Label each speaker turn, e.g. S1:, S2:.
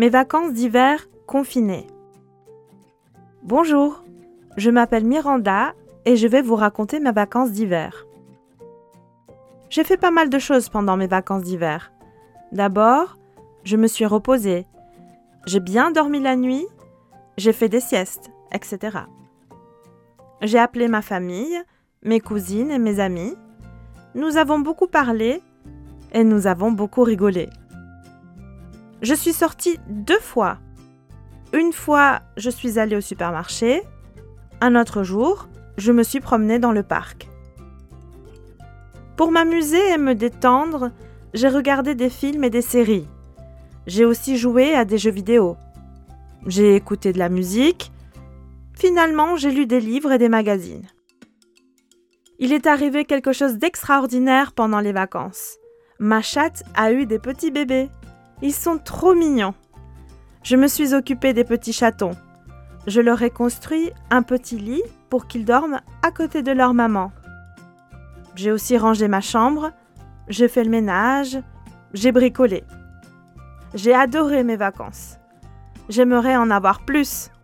S1: Mes vacances d'hiver confinées. Bonjour, je m'appelle Miranda et je vais vous raconter mes vacances d'hiver. J'ai fait pas mal de choses pendant mes vacances d'hiver. D'abord, je me suis reposée. J'ai bien dormi la nuit, j'ai fait des siestes, etc. J'ai appelé ma famille, mes cousines et mes amis. Nous avons beaucoup parlé et nous avons beaucoup rigolé. Je suis sortie 2 fois. Une fois, je suis allée au supermarché. Un autre jour, je me suis promenée dans le parc. Pour m'amuser et me détendre, j'ai regardé des films et des séries. J'ai aussi joué à des jeux vidéo. J'ai écouté de la musique. Finalement, j'ai lu des livres et des magazines. Il est arrivé quelque chose d'extraordinaire pendant les vacances. Ma chatte a eu des petits bébés. Ils sont trop mignons. Je me suis occupée des petits chatons. Je leur ai construit un petit lit pour qu'ils dorment à côté de leur maman. J'ai aussi rangé ma chambre, j'ai fait le ménage, j'ai bricolé. J'ai adoré mes vacances. J'aimerais en avoir plus.